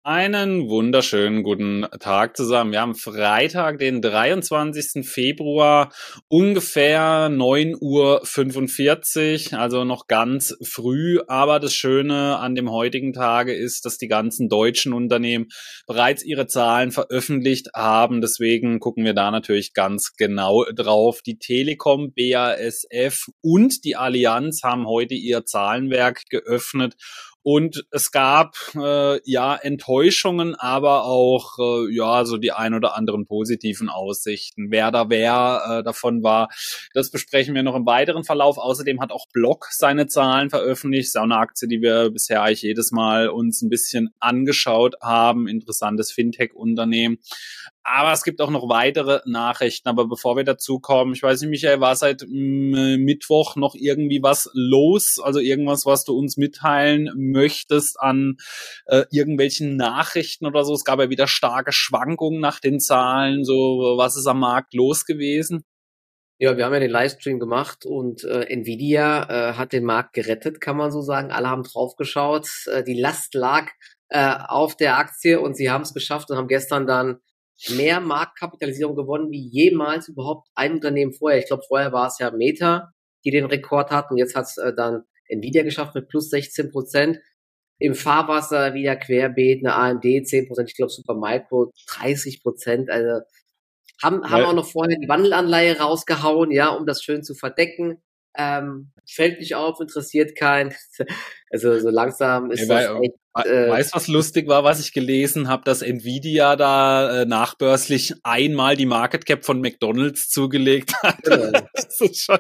Einen wunderschönen guten Tag zusammen. Wir haben Freitag, den 23. Februar, ungefähr 9:45 Uhr, also noch ganz früh. Aber das Schöne an dem heutigen Tage ist, dass die ganzen deutschen Unternehmen bereits ihre Zahlen veröffentlicht haben. Deswegen gucken wir da natürlich ganz genau drauf. Die Telekom, BASF und die Allianz haben heute ihr Zahlenwerk geöffnet. Und es gab Enttäuschungen, aber auch so die ein oder anderen positiven Aussichten. Wer davon war, das besprechen wir noch im weiteren Verlauf. Außerdem hat auch Block seine Zahlen veröffentlicht. Das ist auch eine Aktie, die wir bisher eigentlich jedes Mal uns ein bisschen angeschaut haben. Interessantes Fintech-Unternehmen. Aber es gibt auch noch weitere Nachrichten. Aber bevor wir dazu kommen, ich weiß nicht, Michael, war seit Mittwoch noch irgendwie was los? Also irgendwas, was du uns mitteilen möchtest an irgendwelchen Nachrichten oder so? Es gab ja wieder starke Schwankungen nach den Zahlen. So, was ist am Markt los gewesen? Ja, wir haben ja den Livestream gemacht und Nvidia hat den Markt gerettet, kann man so sagen. Alle haben draufgeschaut. Die Last lag auf der Aktie und sie haben es geschafft und haben gestern dann mehr Marktkapitalisierung gewonnen wie jemals überhaupt ein Unternehmen vorher. Ich glaube, vorher war es ja Meta, die den Rekord hat, und jetzt hat es dann Nvidia geschafft mit plus 16%. Im Fahrwasser wieder querbeet, eine AMD 10%, ich glaube Supermicro 30%. Also haben auch noch vorher die Wandelanleihe rausgehauen, ja, um das schön zu verdecken. Fällt nicht auf, interessiert keinen. Also so langsam ist das echt. Weißt du, was lustig war, was ich gelesen habe, dass Nvidia da nachbörslich einmal die Market Cap von McDonald's zugelegt hat. Genau. Das ist schon,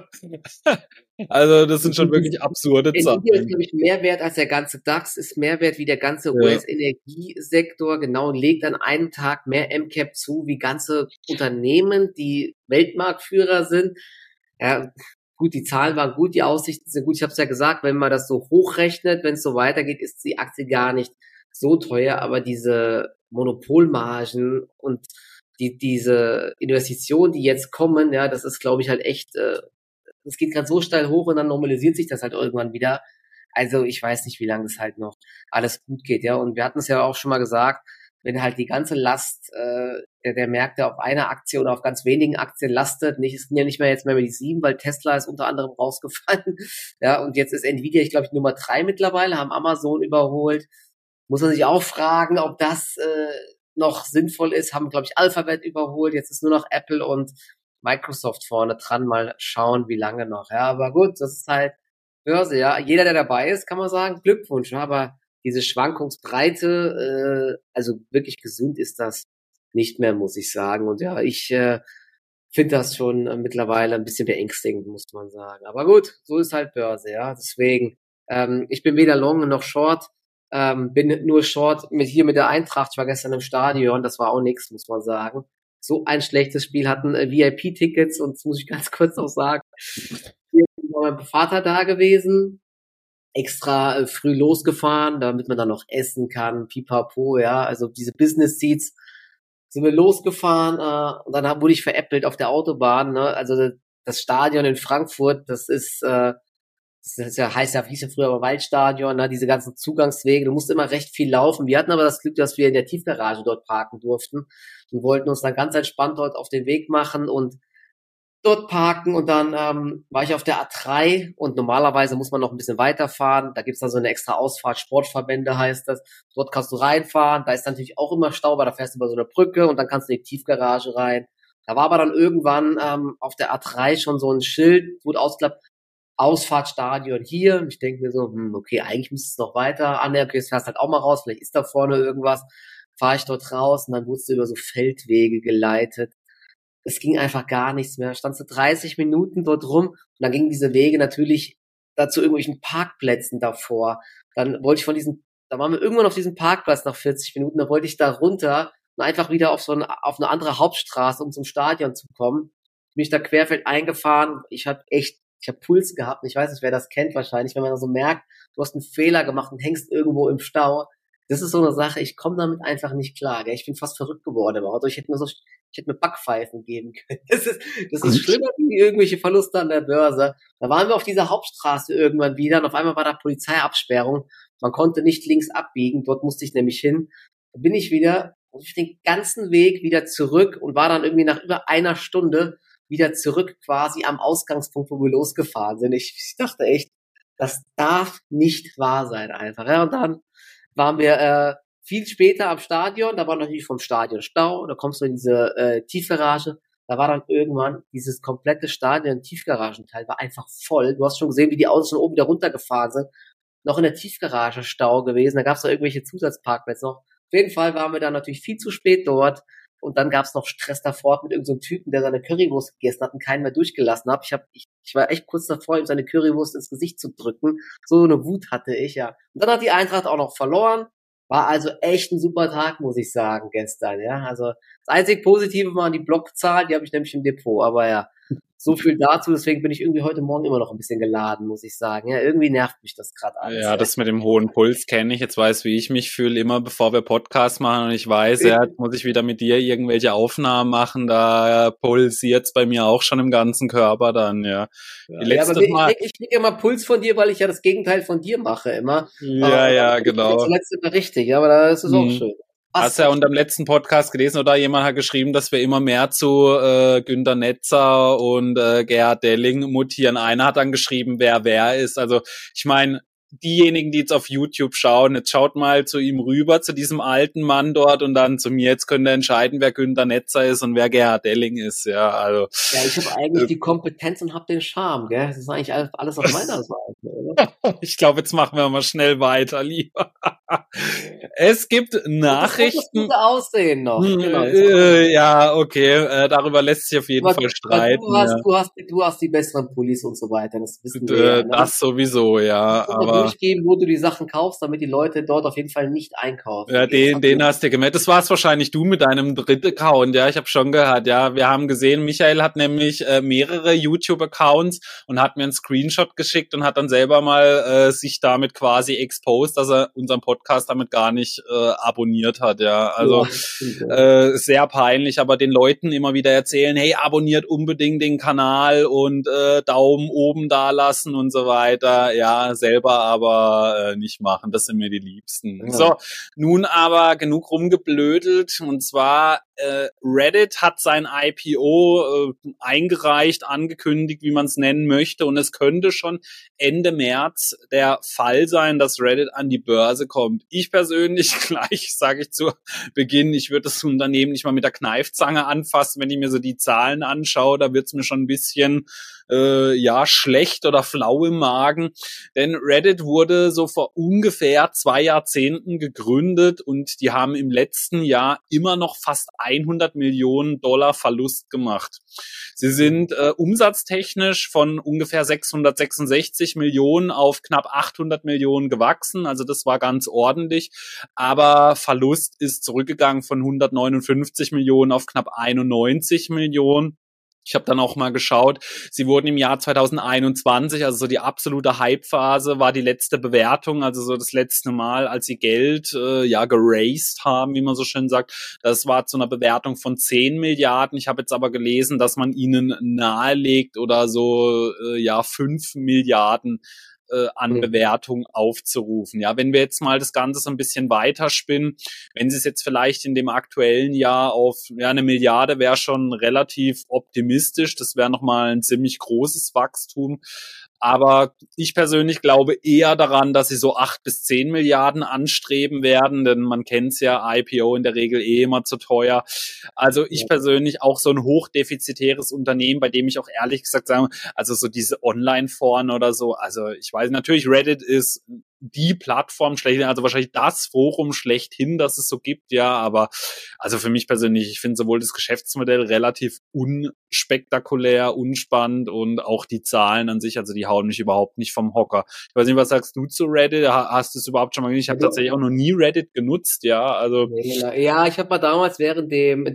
also das sind schon wirklich absurde Zahlen. Nvidia ist, glaube ich, mehr wert als der ganze DAX, ist mehr wert wie der ganze US-Energiesektor, genau, und legt an einem Tag mehr MCAP zu wie ganze Unternehmen, die Weltmarktführer sind. Ja, gut, die Zahlen waren gut, die Aussichten sind gut. Ich habe es ja gesagt, wenn man das so hochrechnet, wenn es so weitergeht, ist die Aktie gar nicht so teuer. Aber diese Monopolmargen und diese Investitionen, die jetzt kommen, ja, das ist, glaube ich, halt echt, das geht gerade so steil hoch und dann normalisiert sich das halt irgendwann wieder. Also ich weiß nicht, wie lange das halt noch alles gut geht, ja. Und wir hatten es ja auch schon mal gesagt, wenn halt die ganze Last der Märkte auf einer Aktie oder auf ganz wenigen Aktien lastet, es sind ja nicht mehr jetzt mehr die 7, weil Tesla ist unter anderem rausgefallen, ja, und jetzt ist Nvidia, ich glaube, Nummer 3 mittlerweile, haben Amazon überholt. Muss man sich auch fragen, ob das noch sinnvoll ist, haben, glaube ich, Alphabet überholt, jetzt ist nur noch Apple und Microsoft vorne dran, mal schauen, wie lange noch, ja, aber gut, das ist halt Börse, ja, jeder, der dabei ist, kann man sagen, Glückwunsch, aber diese Schwankungsbreite, also wirklich gesund ist das nicht mehr, muss ich sagen. Und ja, ich finde das schon mittlerweile ein bisschen beängstigend, muss man sagen. Aber gut, so ist halt Börse, ja. Deswegen, ich bin weder Long noch Short, bin nur Short mit der Eintracht. Ich war gestern im Stadion, das war auch nichts, muss man sagen. So ein schlechtes Spiel, hatten VIP-Tickets, und das muss ich ganz kurz noch sagen. Hier war mein Vater da gewesen, extra früh losgefahren, damit man dann noch essen kann, pipapo, ja, also diese Business Seats, sind wir losgefahren, und dann wurde ich veräppelt auf der Autobahn, ne, also das Stadion in Frankfurt, das ist ja, hieß ja früher aber Waldstadion, ne, diese ganzen Zugangswege, du musst immer recht viel laufen. Wir hatten aber das Glück, dass wir in der Tiefgarage dort parken durften und wollten uns dann ganz entspannt dort auf den Weg machen und dort parken, und dann war ich auf der A3, und normalerweise muss man noch ein bisschen weiterfahren. Da gibt's dann so eine extra Ausfahrt, Sportverbände heißt das. Dort kannst du reinfahren. Da ist natürlich auch immer Stau, weil da fährst du über so eine Brücke und dann kannst du in die Tiefgarage rein. Da war aber dann irgendwann auf der A3 schon so ein Schild, wurde ausgeklappt, Ausfahrtstadion hier. Und ich denke mir so, okay, eigentlich müsste es noch weiter. Okay, jetzt fährst halt auch mal raus, vielleicht ist da vorne irgendwas. Fahre ich dort raus, und dann wurdest du über so Feldwege geleitet. Es ging einfach gar nichts mehr. Standst du 30 Minuten dort rum, und dann gingen diese Wege natürlich zu irgendwelchen Parkplätzen davor. Dann wollte ich da waren wir irgendwann auf diesem Parkplatz nach 40 Minuten, da wollte ich da runter und einfach wieder auf eine andere Hauptstraße, um zum Stadion zu kommen. Bin ich da querfeld eingefahren. Ich habe Puls gehabt. Ich weiß nicht, wer das kennt wahrscheinlich, wenn man so merkt, du hast einen Fehler gemacht und hängst irgendwo im Stau. Das ist so eine Sache, ich komme damit einfach nicht klar. Gell? Ich bin fast verrückt geworden im Auto. Ich hätte mir Backpfeifen geben können. Das ist schlimmer wie irgendwelche Verluste an der Börse. Da waren wir auf dieser Hauptstraße irgendwann wieder, und auf einmal war da Polizeiabsperrung. Man konnte nicht links abbiegen. Dort musste ich nämlich hin. bin ich wieder den ganzen Weg wieder zurück und war dann irgendwie nach über einer Stunde wieder zurück quasi am Ausgangspunkt, wo wir losgefahren sind. Ich dachte echt, das darf nicht wahr sein einfach. Ja, und dann waren wir viel später am Stadion, da war natürlich vom Stadion Stau, da kommst du in diese Tiefgarage, da war dann irgendwann dieses komplette Stadion, Tiefgaragenteil war einfach voll. Du hast schon gesehen, wie die Autos schon oben wieder runtergefahren sind. Noch in der Tiefgarage Stau gewesen, da gab es noch irgendwelche Zusatzparkplätze noch. Auf jeden Fall waren wir dann natürlich viel zu spät dort und dann gab es noch Stress davor mit irgendeinem Typen, der seine Currywurst gegessen hat und keinen mehr durchgelassen hat. Ich war echt kurz davor, ihm seine Currywurst ins Gesicht zu drücken. So eine Wut hatte ich, ja. Und dann hat die Eintracht auch noch verloren. War also echt ein super Tag, muss ich sagen, gestern, ja. Also das einzig Positive waren die Blockzahlen, die habe ich nämlich im Depot, aber ja, so viel dazu, deswegen bin ich irgendwie heute Morgen immer noch ein bisschen geladen, muss ich sagen. Ja, irgendwie nervt mich das gerade alles. Ja, das mit dem hohen Puls kenne ich. Jetzt weiß, wie ich mich fühle, immer bevor wir Podcast machen und ich weiß, ja, jetzt muss ich wieder mit dir irgendwelche Aufnahmen machen, da pulsiert's bei mir auch schon im ganzen Körper dann, ja. Ich kriege immer Puls von dir, weil ich ja das Gegenteil von dir mache immer. Ja, genau. Das letzte immer richtig, aber das ist auch schön. Hast ja unter dem letzten Podcast gelesen, oder jemand hat geschrieben, dass wir immer mehr zu Günter Netzer und Gerhard Delling mutieren. Einer hat dann geschrieben, wer ist. Also ich meine, diejenigen, die jetzt auf YouTube schauen, jetzt schaut mal zu ihm rüber, zu diesem alten Mann dort und dann zu mir. Jetzt könnt ihr entscheiden, wer Günter Netzer ist und wer Gerhard Delling ist. Ja, also. Ja, ich habe eigentlich die Kompetenz und habe den Charme, gell? Das ist eigentlich alles auf meiner Seite, oder? Ich glaube, jetzt machen wir mal schnell weiter, lieber. Es gibt Nachrichten. Das gute Aussehen noch. Genau, ja, okay. Darüber lässt sich auf jeden Fall streiten. Du hast die besseren Pullis und so weiter. Das wissen wir ja, ne? Das sowieso, ja. Aber durchgeben, wo du die Sachen kaufst, damit die Leute dort auf jeden Fall nicht einkaufen. Ja, den hast du gemerkt. Das war's wahrscheinlich du mit deinem dritten Account. Ja, ich habe schon gehört. Ja, wir haben gesehen, Michael hat nämlich mehrere YouTube-Accounts und hat mir einen Screenshot geschickt und hat dann selber mal sich damit quasi exposed, dass er unseren Podcast damit gar nicht abonniert hat. Ja, also sehr peinlich, aber den Leuten immer wieder erzählen, hey, abonniert unbedingt den Kanal und Daumen oben da lassen und so weiter. Ja, selber aber nicht machen. Das sind mir die Liebsten. Ja. So, nun aber genug rumgeblödelt. Und zwar Reddit hat sein IPO eingereicht, angekündigt, wie man es nennen möchte. Und es könnte schon Ende März der Fall sein, dass Reddit an die Börse kommt. Ich persönlich, gleich sage ich zu Beginn, ich würde das Unternehmen nicht mal mit der Kneifzange anfassen, wenn ich mir so die Zahlen anschaue. Da wird es mir schon ein bisschen schlecht oder flau im Magen. Denn Reddit wurde so vor ungefähr 2 Jahrzehnten gegründet und die haben im letzten Jahr immer noch fast $100 Millionen Verlust gemacht. Sie sind umsatztechnisch von ungefähr 666 Millionen auf knapp 800 Millionen gewachsen. Also das war ganz ordentlich. Aber Verlust ist zurückgegangen von 159 Millionen auf knapp 91 Millionen. Ich habe dann auch mal geschaut, sie wurden im Jahr 2021, also so die absolute Hype-Phase, war die letzte Bewertung, also so das letzte Mal, als sie Geld geraced haben, wie man so schön sagt. Das war zu einer Bewertung von 10 Milliarden. Ich habe jetzt aber gelesen, dass man ihnen nahelegt oder so 5 Milliarden an Bewertung aufzurufen. Ja, wenn wir jetzt mal das Ganze so ein bisschen weiterspinnen, wenn Sie es jetzt vielleicht in dem aktuellen Jahr auf 1 Milliarde wäre schon relativ optimistisch. Das wäre nochmal ein ziemlich großes Wachstum. Aber ich persönlich glaube eher daran, dass sie so 8 bis 10 Milliarden anstreben werden, denn man kennt es ja, IPO in der Regel immer zu teuer. Also ich persönlich auch so ein hochdefizitäres Unternehmen, bei dem ich auch ehrlich gesagt sage, also so diese Online-Foren oder so, also ich weiß natürlich, Reddit ist die Plattform schlechthin, also wahrscheinlich das Forum schlechthin, das es so gibt, ja, aber also für mich persönlich, ich finde sowohl das Geschäftsmodell relativ unspektakulär, unspannend und auch die Zahlen an sich, also die hauen mich überhaupt nicht vom Hocker. Ich weiß nicht, was sagst du zu Reddit? Hast du es überhaupt schon mal gesehen? Ich habe tatsächlich auch noch nie Reddit genutzt, ja, also. Ja, ich habe mal damals während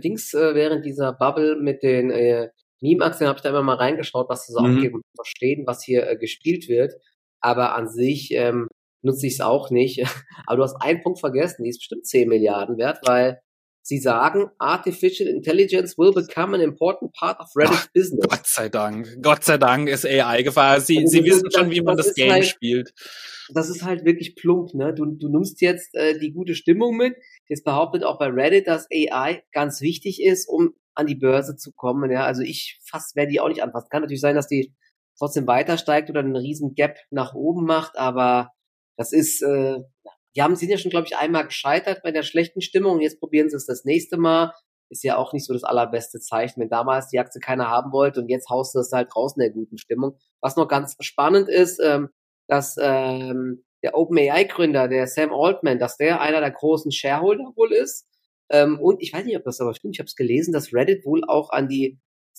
dieser Bubble mit den Meme-Aktien habe ich da immer mal reingeschaut, was sie so abgeben und verstehen, was hier gespielt wird, aber an sich nutze ich es auch nicht. Aber du hast einen Punkt vergessen, die ist bestimmt 10 Milliarden wert, weil sie sagen, Artificial Intelligence will become an important part of Reddit's business. Gott sei Dank ist AI gefallen. Sie wissen schon, wie man das Game spielt. Das ist halt wirklich plump, ne? Du nimmst jetzt die gute Stimmung mit. jetzt behauptet auch bei Reddit, dass AI ganz wichtig ist, um an die Börse zu kommen. Ja, also ich werde die auch nicht anfassen. Kann natürlich sein, dass die trotzdem weiter steigt oder einen riesen Gap nach oben macht, aber das ist, sind ja schon, glaube ich, einmal gescheitert bei der schlechten Stimmung und jetzt probieren sie es das nächste Mal. Ist ja auch nicht so das allerbeste Zeichen, wenn damals die Aktie keiner haben wollte und jetzt haust du das halt raus in der guten Stimmung. Was noch ganz spannend ist, dass der OpenAI-Gründer, der Sam Altman, dass der einer der großen Shareholder wohl ist. Und ich weiß nicht, ob das aber stimmt, ich habe es gelesen, dass Reddit wohl auch an die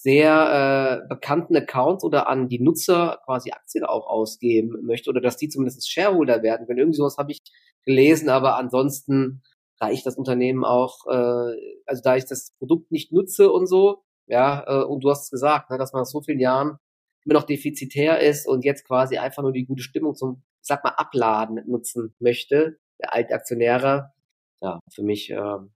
sehr bekannten Accounts oder an die Nutzer quasi Aktien auch ausgeben möchte oder dass die zumindest Shareholder werden können. Irgendwie sowas habe ich gelesen, aber ansonsten, da ich das Unternehmen auch, also da ich das Produkt nicht nutze und so, ja, und du hast es gesagt, ne, dass man nach so vielen Jahren immer noch defizitär ist und jetzt quasi einfach nur die gute Stimmung zum, ich sag mal, Abladen nutzen möchte, der Altaktionäre, ja, für mich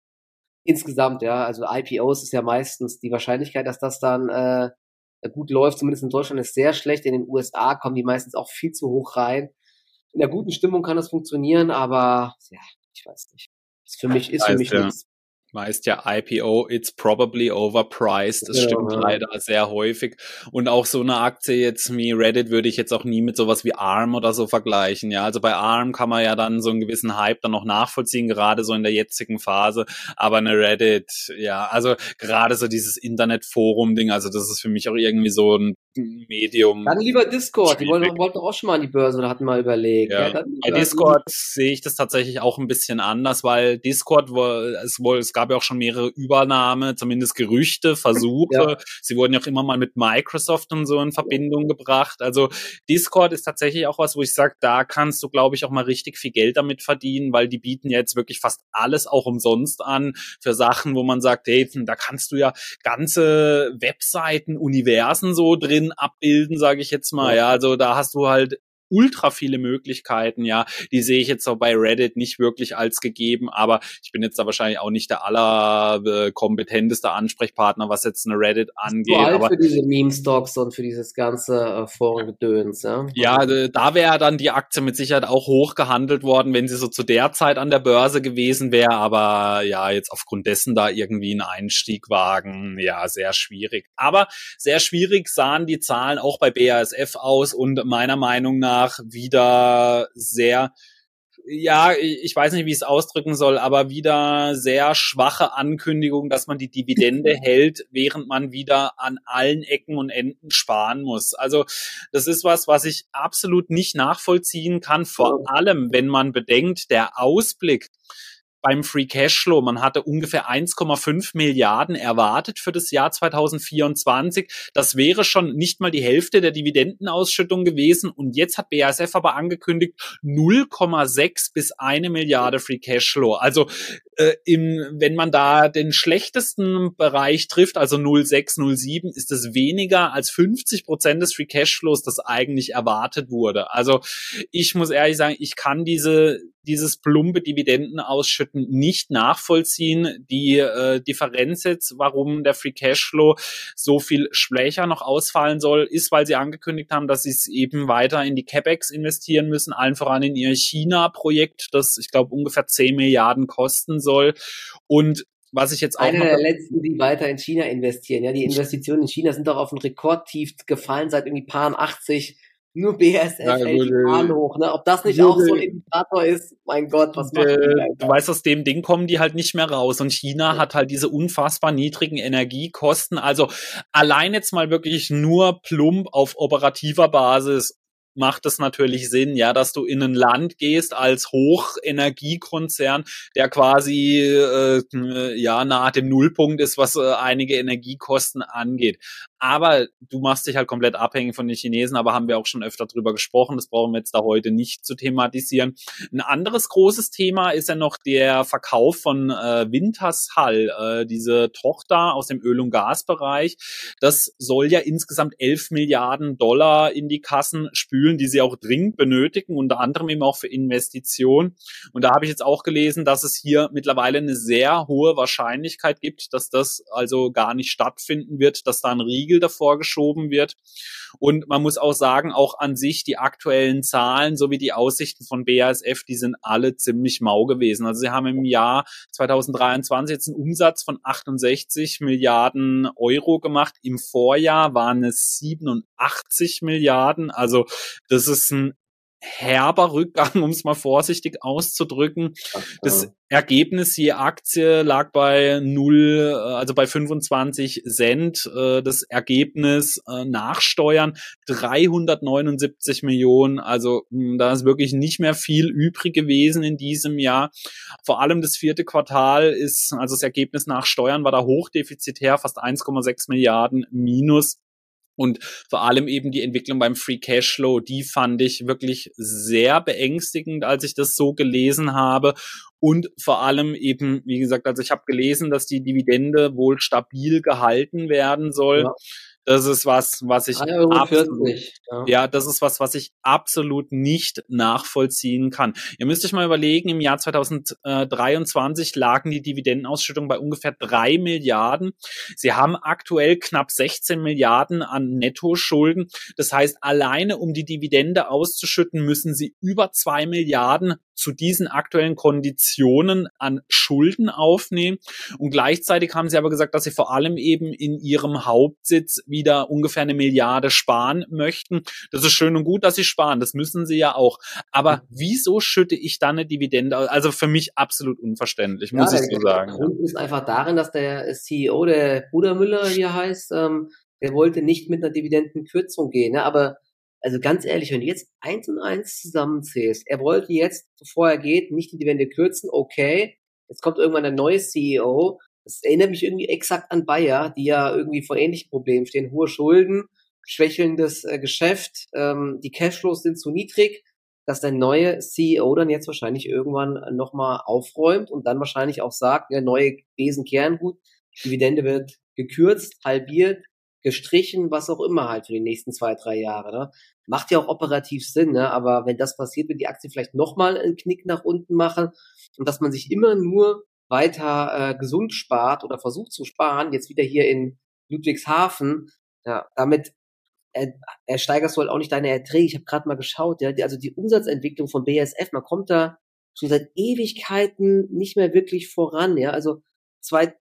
insgesamt, ja, also IPOs ist ja meistens die Wahrscheinlichkeit, dass das dann gut läuft, zumindest in Deutschland ist sehr schlecht, in den USA kommen die meistens auch viel zu hoch rein. In der guten Stimmung kann das funktionieren, aber ja, ich weiß nicht. Ist für mich nichts. Heißt ja IPO, it's probably overpriced. Das stimmt leider sehr häufig. Und auch so eine Aktie jetzt wie Reddit würde ich jetzt auch nie mit sowas wie ARM oder so vergleichen. Ja, also bei ARM kann man ja dann so einen gewissen Hype dann noch nachvollziehen, gerade so in der jetzigen Phase. Aber eine Reddit, ja, also gerade so dieses Internetforum-Ding, also das ist für mich auch irgendwie so ein Medium. Dann lieber Discord. Die wollten auch schon mal an die Börse oder hatten mal überlegt. Ja. Bei Discord sehe ich das tatsächlich auch ein bisschen anders, weil Discord, es gab ja auch schon mehrere Übernahme, zumindest Gerüchte, Versuche. Ja. Sie wurden ja auch immer mal mit Microsoft und so in Verbindung gebracht. Also Discord ist tatsächlich auch was, wo ich sage, da kannst du, glaube ich, auch mal richtig viel Geld damit verdienen, weil die bieten ja jetzt wirklich fast alles auch umsonst an für Sachen, wo man sagt, hey, da kannst du ja ganze Webseiten, Universen so drin abbilden, sage ich jetzt mal. Ja, also da hast du halt ultra viele Möglichkeiten, ja, die sehe ich jetzt auch bei Reddit nicht wirklich als gegeben, aber ich bin jetzt da wahrscheinlich auch nicht der allerkompetenteste Ansprechpartner, was jetzt eine Reddit angeht. Vor allem für diese Meme-Stocks und für dieses ganze Forengedöns, ja. Ja, da wäre dann die Aktie mit Sicherheit auch hoch gehandelt worden, wenn sie so zu der Zeit an der Börse gewesen wäre, aber ja, jetzt aufgrund dessen da irgendwie einen Einstieg wagen, ja, sehr schwierig. Aber sehr schwierig sahen die Zahlen auch bei BASF aus und meiner Meinung nach wieder sehr, ja, ich weiß nicht, wie ich es ausdrücken soll, aber wieder sehr schwache Ankündigung, dass man die Dividende hält, während man wieder an allen Ecken und Enden sparen muss. Also das ist was ich absolut nicht nachvollziehen kann, vor allem, wenn man bedenkt, der Ausblick beim Free Cashflow. Man hatte ungefähr 1,5 Milliarden erwartet für das Jahr 2024. Das wäre schon nicht mal die Hälfte der Dividendenausschüttung gewesen. Und jetzt hat BASF aber angekündigt 0,6 bis 1 Milliarde Free Cashflow. Also wenn man da den schlechtesten Bereich trifft, also 0,6, 0,7, ist es weniger als 50% des Free Cashflows, das eigentlich erwartet wurde. Also ich muss ehrlich sagen, ich kann dieses plumpe Dividendenausschütten nicht nachvollziehen. Die Differenz jetzt, warum der Free Cashflow so viel schwächer noch ausfallen soll, ist, weil sie angekündigt haben, dass sie es eben weiter in die CapEx investieren müssen, allen voran in ihr China-Projekt, das, ich glaube, ungefähr 10 Milliarden kosten soll. Und was ich jetzt auch einer der letzten, die weiter in China investieren. Ja, die Investitionen in China sind doch auf ein Rekordtief gefallen seit irgendwie paar 80. Nur BASF hält die Zahlen hoch, ne? Ob das nicht auch so ein Indikator ist, mein Gott, was macht die? Du weißt, aus dem Ding kommen die halt nicht mehr raus. Und China hat halt diese unfassbar niedrigen Energiekosten. Also allein jetzt mal wirklich nur plump auf operativer Basis macht es natürlich Sinn, ja, dass du in ein Land gehst als Hochenergiekonzern, der quasi nahe dem Nullpunkt ist, was einige Energiekosten angeht. Aber du machst dich halt komplett abhängig von den Chinesen, aber haben wir auch schon öfter drüber gesprochen, das brauchen wir jetzt da heute nicht zu thematisieren. Ein anderes großes Thema ist ja noch der Verkauf von Wintershall, diese Tochter aus dem Öl- und Gasbereich. Das soll ja insgesamt 11 Milliarden Dollar in die Kassen spülen. fühlen, die sie auch dringend benötigen, unter anderem eben auch für Investitionen. Und da habe ich jetzt auch gelesen, dass es hier mittlerweile eine sehr hohe Wahrscheinlichkeit gibt, dass das also gar nicht stattfinden wird, dass da ein Riegel davor geschoben wird. Und man muss auch sagen, auch an sich die aktuellen Zahlen sowie die Aussichten von BASF, die sind alle ziemlich mau gewesen. Also sie haben im Jahr 2023 jetzt einen Umsatz von 68 Milliarden Euro gemacht. Im Vorjahr waren es 87 Milliarden. Also das ist ein herber Rückgang, um es mal vorsichtig auszudrücken. Das Ergebnis je Aktie lag bei 0, also bei 25 Cent. Das Ergebnis nach Steuern 379 Millionen. Also da ist wirklich nicht mehr viel übrig gewesen in diesem Jahr. Vor allem das vierte Quartal ist, also das Ergebnis nach Steuern war da hochdefizitär, fast 1,6 Milliarden minus. Und vor allem eben die Entwicklung beim Free Cashflow, die fand ich wirklich sehr beängstigend, als ich das so gelesen habe. Und vor allem eben, wie gesagt, also ich habe gelesen, dass die Dividende wohl stabil gehalten werden soll. Ja. Das ist was ich 3,40 €. Ja, das ist was ich absolut nicht nachvollziehen kann. Ihr müsst euch mal überlegen, im Jahr 2023 lagen die Dividendenausschüttungen bei ungefähr 3 Milliarden. Sie haben aktuell knapp 16 Milliarden an Nettoschulden. Das heißt, alleine um die Dividende auszuschütten, müssen sie über 2 Milliarden zu diesen aktuellen Konditionen an Schulden aufnehmen. Und gleichzeitig haben sie aber gesagt, dass sie vor allem eben in ihrem Hauptsitz wieder ungefähr 1 Milliarde sparen möchten. Das ist schön und gut, dass sie sparen. Das müssen sie ja auch. Aber wieso schütte ich dann eine Dividende aus? Also für mich absolut unverständlich, muss ich so sagen. Der Grund ist einfach darin, dass der CEO, der Brudermüller hier heißt, der wollte nicht mit einer Dividendenkürzung gehen. Ne? Aber also ganz ehrlich, wenn du jetzt 1 und 1 zusammenzählst, er wollte jetzt, bevor er geht, nicht die Dividende kürzen, okay, jetzt kommt irgendwann ein neues CEO, das erinnert mich irgendwie exakt an Bayer, die ja irgendwie vor ähnlichen Problemen stehen, hohe Schulden, schwächelndes Geschäft, die Cashflows sind zu niedrig, dass der neue CEO dann jetzt wahrscheinlich irgendwann nochmal aufräumt und dann wahrscheinlich auch sagt, der neue Besenkerngut, Dividende wird gekürzt, halbiert, gestrichen, was auch immer halt für die nächsten 2-3 Jahre. Ne? Macht ja auch operativ Sinn, ne? Aber wenn das passiert, wird die Aktie vielleicht nochmal einen Knick nach unten machen und dass man sich immer nur weiter gesund spart oder versucht zu sparen, jetzt wieder hier in Ludwigshafen, ja, damit steigerst du halt auch nicht deine Erträge. Ich habe gerade mal geschaut, ja, also die Umsatzentwicklung von BASF, man kommt da schon seit Ewigkeiten nicht mehr wirklich voran, ja, also seit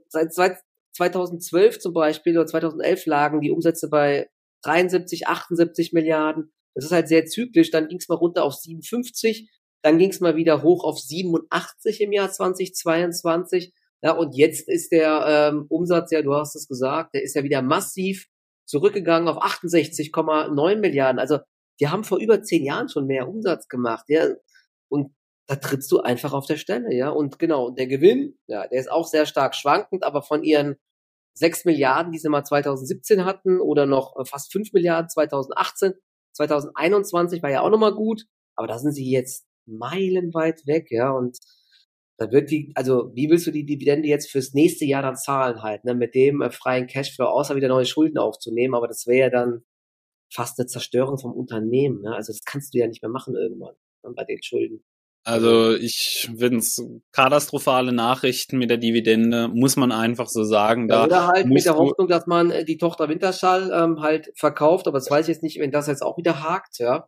2012 zum Beispiel oder 2011 lagen die Umsätze bei 73, 78 Milliarden. Das ist halt sehr zyklisch. Dann ging es mal runter auf 57, dann ging es mal wieder hoch auf 87 im Jahr 2022. Ja, und jetzt ist der Umsatz, ja, du hast es gesagt, der ist ja wieder massiv zurückgegangen auf 68,9 Milliarden. Also die haben vor über 10 Jahren schon mehr Umsatz gemacht. Ja, und da trittst du einfach auf der Stelle, ja. Und genau, der Gewinn, ja, der ist auch sehr stark schwankend, aber von ihren 6 Milliarden, die sie mal 2017 hatten, oder noch fast 5 Milliarden 2018, 2021 war ja auch nochmal gut, aber da sind sie jetzt meilenweit weg, ja. Und da wird also wie willst du die Dividende jetzt fürs nächste Jahr dann zahlen halt, ne, mit dem freien Cashflow, außer wieder neue Schulden aufzunehmen, aber das wäre ja dann fast eine Zerstörung vom Unternehmen, ne? Also das kannst du ja nicht mehr machen irgendwann, ne, bei den Schulden. Also ich finde es katastrophale Nachrichten mit der Dividende, muss man einfach so sagen. Ja, oder halt mit der Hoffnung, dass man die Tochter Wintershall halt verkauft, aber das weiß ich jetzt nicht, wenn das jetzt auch wieder hakt, ja.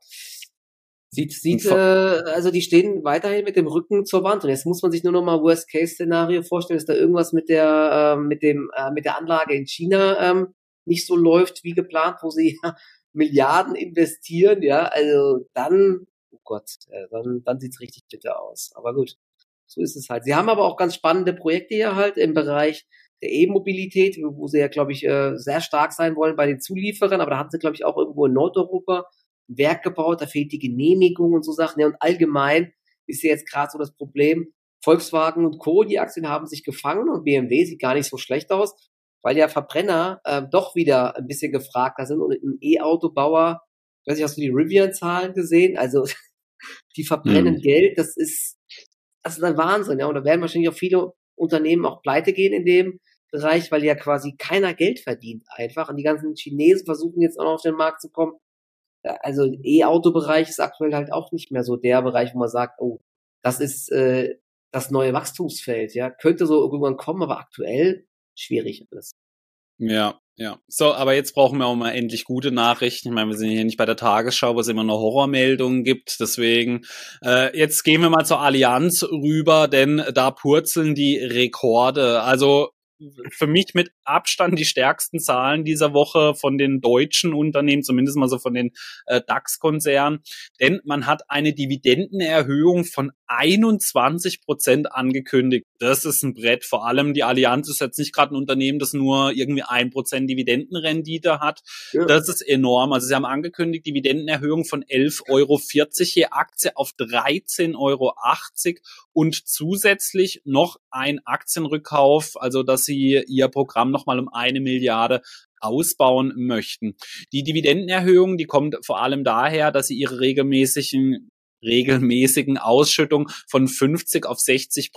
Also die stehen weiterhin mit dem Rücken zur Wand und jetzt muss man sich nur noch mal Worst-Case-Szenario vorstellen, dass da irgendwas mit der Anlage in China nicht so läuft wie geplant, wo sie Milliarden investieren, ja, also dann, oh Gott, dann sieht's richtig bitter aus. Aber gut, so ist es halt. Sie haben aber auch ganz spannende Projekte hier halt im Bereich der E-Mobilität, wo sie ja, glaube ich, sehr stark sein wollen bei den Zulieferern, aber da hatten sie, glaube ich, auch irgendwo in Nordeuropa Werk gebaut, da fehlt die Genehmigung und so Sachen. Ja, und allgemein ist ja jetzt gerade so das Problem, Volkswagen und Co., die Aktien haben sich gefangen und BMW sieht gar nicht so schlecht aus, weil ja Verbrenner doch wieder ein bisschen gefragter sind und ein E-Autobauer, ich weiß nicht, hast du die Rivian-Zahlen gesehen? Also die verbrennen Geld, das ist ein Wahnsinn. Ja, und da werden wahrscheinlich auch viele Unternehmen auch pleite gehen in dem Bereich, weil ja quasi keiner Geld verdient einfach und die ganzen Chinesen versuchen jetzt auch noch auf den Markt zu kommen. Also E-Auto-Bereich ist aktuell halt auch nicht mehr so der Bereich, wo man sagt, oh, das ist das neue Wachstumsfeld, ja. Könnte so irgendwann kommen, aber aktuell schwierig alles. Ja, ja. So, aber jetzt brauchen wir auch mal endlich gute Nachrichten. Ich meine, wir sind hier nicht bei der Tagesschau, wo es immer nur Horrormeldungen gibt. Deswegen, jetzt gehen wir mal zur Allianz rüber, denn da purzeln die Rekorde. Also für mich mit Abstand die stärksten Zahlen dieser Woche von den deutschen Unternehmen, zumindest mal so von den DAX-Konzernen. Denn man hat eine Dividendenerhöhung von 21% angekündigt. Das ist ein Brett. Vor allem die Allianz ist jetzt nicht gerade ein Unternehmen, das nur irgendwie 1% Dividendenrendite hat. Ja. Das ist enorm. Also sie haben angekündigt, Dividendenerhöhung von 11,40 € je Aktie auf 13,80 € und zusätzlich noch ein Aktienrückkauf, also dass sie ihr Programm nochmal um 1 Milliarde ausbauen möchten. Die Dividendenerhöhung, die kommt vor allem daher, dass sie ihre regelmäßigen Ausschüttung von 50 auf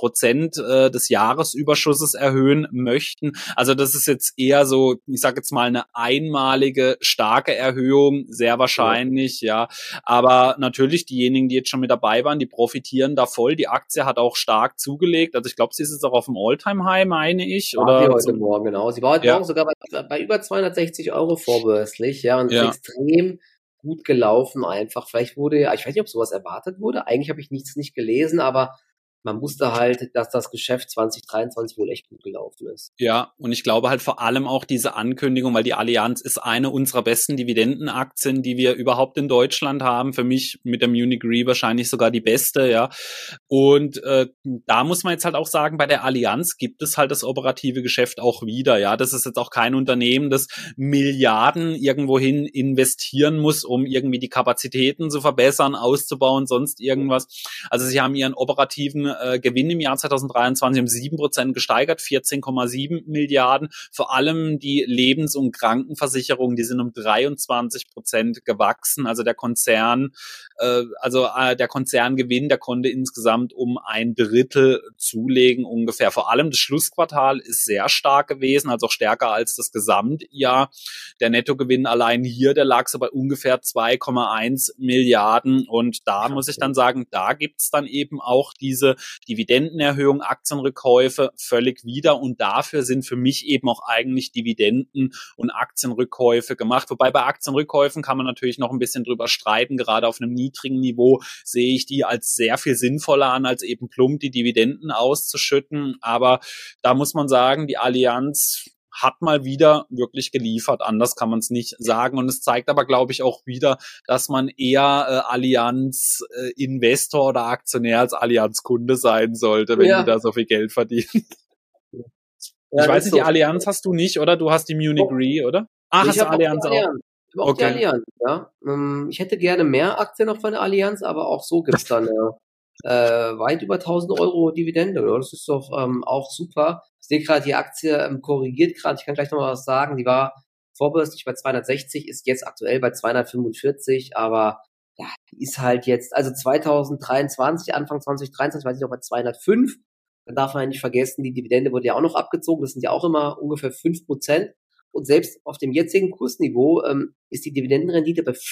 60% des Jahresüberschusses erhöhen möchten. Also das ist jetzt eher so, ich sage jetzt mal eine einmalige starke Erhöhung, sehr wahrscheinlich, ja. Aber natürlich diejenigen, die jetzt schon mit dabei waren, die profitieren da voll. Die Aktie hat auch stark zugelegt. Also ich glaube, sie ist jetzt auch auf dem All-Time-High, meine ich. Oder sie heute Morgen, genau. Sie war heute Morgen sogar bei über 260 € vorbörslich, ja, und ist extrem gut gelaufen einfach. Vielleicht ich weiß nicht, ob sowas erwartet wurde. Eigentlich habe ich nicht gelesen, aber man wusste halt, dass das Geschäft 2023 wohl echt gut gelaufen ist. Ja, und ich glaube halt vor allem auch diese Ankündigung, weil die Allianz ist eine unserer besten Dividendenaktien, die wir überhaupt in Deutschland haben. Für mich mit der Munich Re wahrscheinlich sogar die beste, ja. Und da muss man jetzt halt auch sagen, bei der Allianz gibt es halt das operative Geschäft auch wieder, ja. Das ist jetzt auch kein Unternehmen, das Milliarden irgendwohin investieren muss, um irgendwie die Kapazitäten zu verbessern, auszubauen, sonst irgendwas. Also sie haben ihren operativen Gewinn im Jahr 2023 um 7% gesteigert, 14,7 Milliarden. Vor allem die Lebens- und Krankenversicherungen, die sind um 23% gewachsen. Also der Konzern, der Konzerngewinn, der konnte insgesamt um 1/3 zulegen ungefähr. Vor allem das Schlussquartal ist sehr stark gewesen, also auch stärker als das Gesamtjahr. Der Nettogewinn allein hier, der lag so bei ungefähr 2,1 Milliarden. Und da muss ich dann sagen, da gibt's dann eben auch diese Dividendenerhöhung, Aktienrückkäufe völlig wieder und dafür sind für mich eben auch eigentlich Dividenden und Aktienrückkäufe gemacht. Wobei bei Aktienrückkäufen kann man natürlich noch ein bisschen drüber streiten. Gerade auf einem niedrigen Niveau sehe ich die als sehr viel sinnvoller an, als eben plump die Dividenden auszuschütten. Aber da muss man sagen, die Allianz hat mal wieder wirklich geliefert, anders kann man es nicht sagen. Und es zeigt aber, glaube ich, auch wieder, dass man eher Allianz-Investor oder Aktionär als Allianz-Kunde sein sollte, wenn die da so viel Geld verdienen. Ja, ich weiß nicht, die Allianz hast du nicht, oder? Du hast die Munich Re, oder? Ach, hast du Allianz auch? Ich habe auch die Allianz, ja. Ich hätte gerne mehr Aktien noch von der Allianz, aber auch so gibt's dann weit über 1.000 € Dividende, oder? Das ist doch auch super. Ich sehe gerade, die Aktie korrigiert gerade. Ich kann gleich noch mal was sagen. Die war vorbörslich bei 260, ist jetzt aktuell bei 245, aber ja, die ist halt jetzt, also 2023, Anfang 2023, weiß ich noch, bei 205. Dann darf man ja nicht vergessen, die Dividende wurde ja auch noch abgezogen. Das sind ja auch immer ungefähr 5%. Und selbst auf dem jetzigen Kursniveau ist die Dividendenrendite bei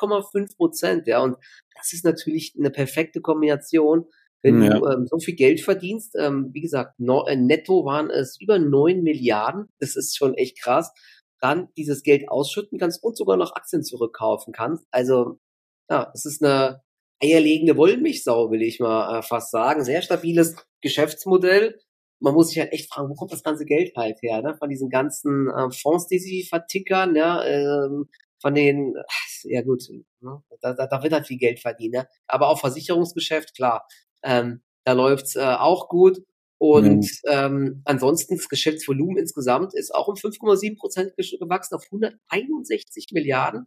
5,5%. Ja, und das ist natürlich eine perfekte Kombination, wenn du so viel Geld verdienst. Wie gesagt, netto waren es über 9 Milliarden. Das ist schon echt krass. Dann dieses Geld ausschütten kannst und sogar noch Aktien zurückkaufen kannst. Also, ja, es ist eine eierlegende Wollmilchsau, will ich mal fast sagen. Sehr stabiles Geschäftsmodell. Man muss sich halt echt fragen, wo kommt das ganze Geld halt her, ne? Von diesen ganzen Fonds, die sie vertickern, ja, von den, ja gut, ne? Da wird halt viel Geld verdient, ne? Aber auch Versicherungsgeschäft, klar, da läuft's auch gut. Und ansonsten das Geschäftsvolumen insgesamt ist auch um 5,7% gewachsen auf 161 Milliarden.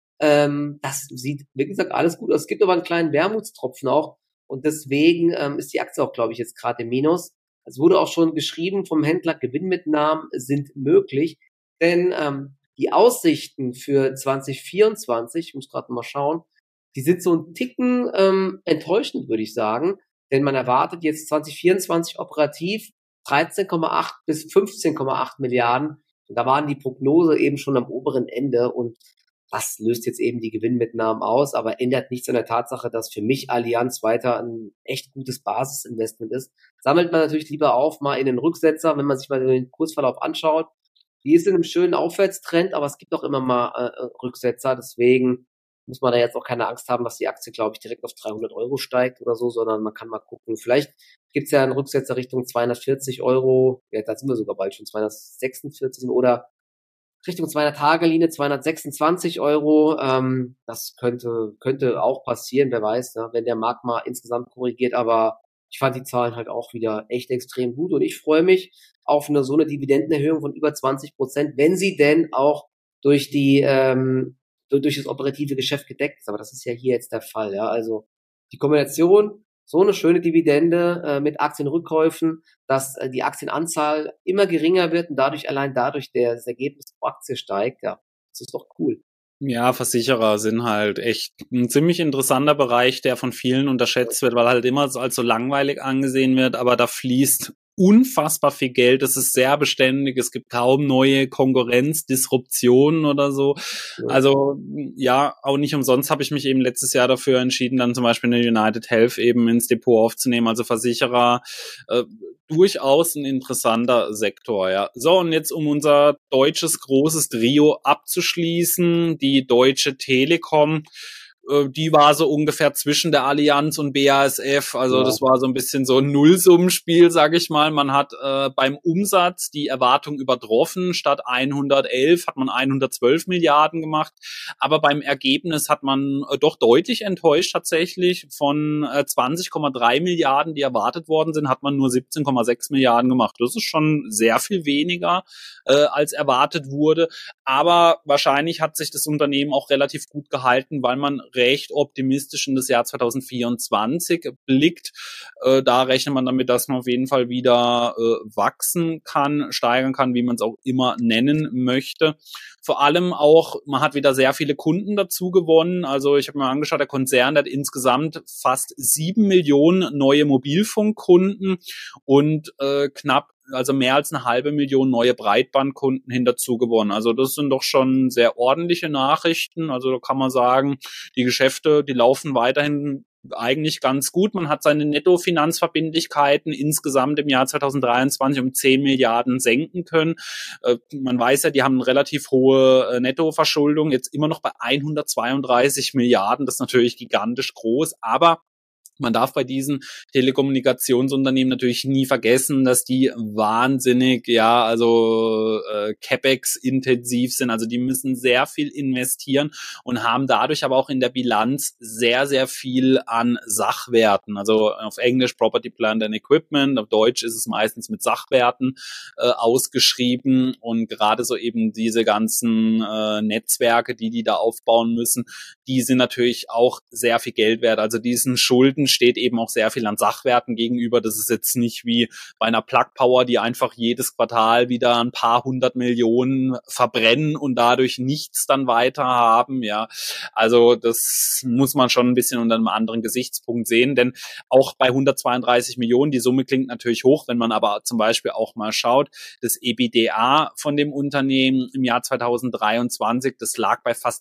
Das sieht, wie gesagt, alles gut aus. Es gibt aber einen kleinen Wermutstropfen auch. Und deswegen ist die Aktie auch, glaube ich, jetzt gerade im Minus. Es wurde auch schon geschrieben vom Händler, Gewinnmitnahmen sind möglich. Denn die Aussichten für 2024, ich muss gerade mal schauen, die sind so ein Ticken enttäuschend, würde ich sagen. Denn man erwartet jetzt 2024 operativ 13,8 bis 15,8 Milliarden. Und da waren die Prognose eben schon am oberen Ende. Und was löst jetzt eben die Gewinnmitnahmen aus, aber ändert nichts an der Tatsache, dass für mich Allianz weiter ein echt gutes Basisinvestment ist. Sammelt man natürlich lieber auf, mal in den Rücksetzer, wenn man sich mal den Kursverlauf anschaut. Die ist in einem schönen Aufwärtstrend, aber es gibt auch immer mal Rücksetzer, deswegen muss man da jetzt auch keine Angst haben, dass die Aktie, glaube ich, direkt auf 300 Euro steigt oder so, sondern man kann mal gucken. Vielleicht gibt's ja einen Rücksetzer Richtung 240 Euro, ja, da sind wir sogar bald schon 246 oder Richtung 200-Tage-Linie, 226 Euro. Das könnte auch passieren, wer weiß, ne, wenn der Markt mal insgesamt korrigiert. Aber ich fand die Zahlen halt auch wieder echt extrem gut und ich freue mich auf so eine Dividendenerhöhung von über 20%, wenn sie denn auch durch durch das operative Geschäft gedeckt ist. Aber das ist ja hier jetzt der Fall. Ja, also die Kombination, so eine schöne Dividende mit Aktienrückkäufen, dass die Aktienanzahl immer geringer wird und allein dadurch das Ergebnis pro Aktie steigt. Ja, das ist doch cool. Ja, Versicherer sind halt echt ein ziemlich interessanter Bereich, der von vielen unterschätzt wird, weil halt immer als so langweilig angesehen wird, aber da fließt unfassbar viel Geld. Es ist sehr beständig. Es gibt kaum neue Konkurrenz, Disruptionen oder so. Also ja, auch nicht umsonst habe ich mich eben letztes Jahr dafür entschieden, dann zum Beispiel eine United Health eben ins Depot aufzunehmen. Also Versicherer, durchaus ein interessanter Sektor, ja. So, und jetzt um unser deutsches großes Trio abzuschließen, die Deutsche Telekom. Die war so ungefähr zwischen der Allianz und BASF, also das war so ein bisschen so ein Nullsummenspiel, sage ich mal. Man hat beim Umsatz die Erwartung übertroffen, statt 111 hat man 112 Milliarden gemacht, aber beim Ergebnis hat man doch deutlich enttäuscht tatsächlich. Von 20,3 Milliarden, die erwartet worden sind, hat man nur 17,6 Milliarden gemacht. Das ist schon sehr viel weniger, als erwartet wurde, aber wahrscheinlich hat sich das Unternehmen auch relativ gut gehalten, weil man recht optimistisch in das Jahr 2024 blickt. Da rechnet man damit, dass man auf jeden Fall wieder wachsen kann, steigern kann, wie man es auch immer nennen möchte. Vor allem auch, man hat wieder sehr viele Kunden dazu gewonnen. Also ich habe mir angeschaut, der Konzern hat insgesamt fast 7 Millionen neue Mobilfunkkunden und also mehr als 500.000 neue Breitbandkunden hinzu gewonnen. Also das sind doch schon sehr ordentliche Nachrichten. Also da kann man sagen, die Geschäfte, die laufen weiterhin eigentlich ganz gut. Man hat seine Nettofinanzverbindlichkeiten insgesamt im Jahr 2023 um 10 Milliarden senken können. Man weiß ja, die haben eine relativ hohe Nettoverschuldung, jetzt immer noch bei 132 Milliarden. Das ist natürlich gigantisch groß, aber man darf bei diesen Telekommunikationsunternehmen natürlich nie vergessen, dass die wahnsinnig, CapEx intensiv sind. Also die müssen sehr viel investieren und haben dadurch aber auch in der Bilanz sehr, sehr viel an Sachwerten. Also auf Englisch Property, Plant and Equipment, auf Deutsch ist es meistens mit Sachwerten ausgeschrieben und gerade so eben diese ganzen Netzwerke, die da aufbauen müssen, die sind natürlich auch sehr viel Geld wert. Also diesen Schulden steht eben auch sehr viel an Sachwerten gegenüber. Das ist jetzt nicht wie bei einer Plug Power, die einfach jedes Quartal wieder ein paar 100 Millionen verbrennen und dadurch nichts dann weiter haben. Ja, also das muss man schon ein bisschen unter einem anderen Gesichtspunkt sehen, denn auch bei 132 Millionen, die Summe klingt natürlich hoch, wenn man aber zum Beispiel auch mal schaut, das EBITDA von dem Unternehmen im Jahr 2023, das lag bei fast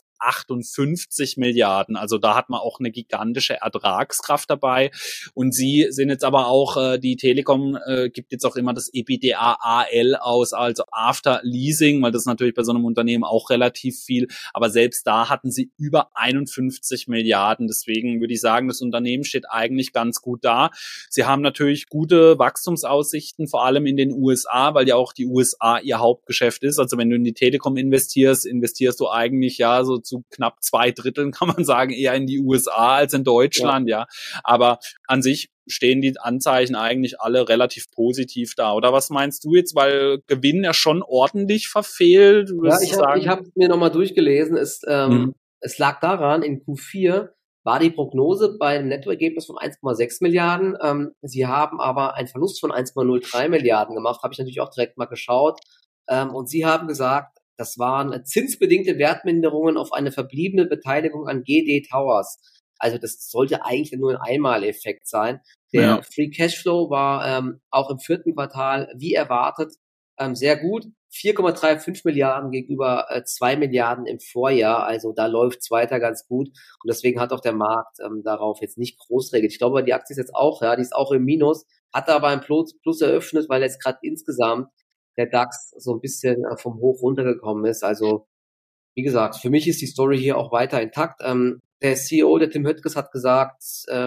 58 Milliarden. Also da hat man auch eine gigantische Ertragskraft dabei. Und sie sind jetzt aber auch, die Telekom gibt jetzt auch immer das EBITDA AL aus, also After Leasing, weil das ist natürlich bei so einem Unternehmen auch relativ viel. Aber selbst da hatten sie über 51 Milliarden. Deswegen würde ich sagen, das Unternehmen steht eigentlich ganz gut da. Sie haben natürlich gute Wachstumsaussichten, vor allem in den USA, weil ja auch die USA ihr Hauptgeschäft ist. Also wenn du in die Telekom investierst du eigentlich so zu knapp 2/3, kann man sagen, eher in die USA als in Deutschland, ja. Aber an sich stehen die Anzeichen eigentlich alle relativ positiv da. Oder was meinst du jetzt? Weil Gewinn ja schon ordentlich verfehlt. Ja, ich hab mir nochmal durchgelesen. Es lag daran, in Q4 war die Prognose bei einem Nettoergebnis von 1,6 Milliarden. Sie haben aber einen Verlust von 1,03 Milliarden gemacht. Habe ich natürlich auch direkt mal geschaut. Und sie haben gesagt, das waren zinsbedingte Wertminderungen auf eine verbliebene Beteiligung an GD Towers. Also das sollte eigentlich nur ein Einmaleffekt sein. Der Free Cashflow war auch im 4. Quartal wie erwartet sehr gut. 4,35 Milliarden gegenüber 2 Milliarden im Vorjahr. Also da läuft's weiter ganz gut. Und deswegen hat auch der Markt darauf jetzt nicht groß reagiert. Ich glaube, die Aktie ist jetzt auch, ja, die ist auch im Minus, hat aber ein Plus eröffnet, weil jetzt gerade insgesamt der DAX so ein bisschen vom Hoch runtergekommen ist. Also wie gesagt, für mich ist die Story hier auch weiter intakt. Der CEO, der Tim Höttges, hat gesagt,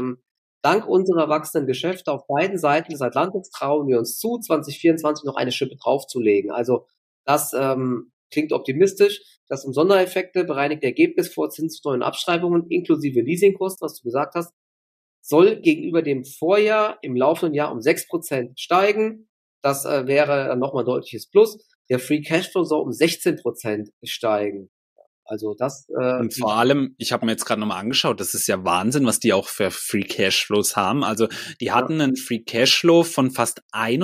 dank unserer wachsenden Geschäfte auf beiden Seiten des Atlantiks trauen wir uns zu, 2024 noch eine Schippe draufzulegen. Also das klingt optimistisch. Das um Sondereffekte, bereinigte Ergebnis vor Zinssteuern und Abschreibungen inklusive Leasingkosten, was du gesagt hast, soll gegenüber dem Vorjahr im laufenden Jahr um 6% steigen. Das wäre dann nochmal ein deutliches Plus. Der Free Cashflow soll um 16% steigen. Also das und vor allem, ich habe mir jetzt gerade nochmal angeschaut, das ist ja Wahnsinn, was die auch für Free Cashflows haben. Also die hatten einen Free Cashflow von fast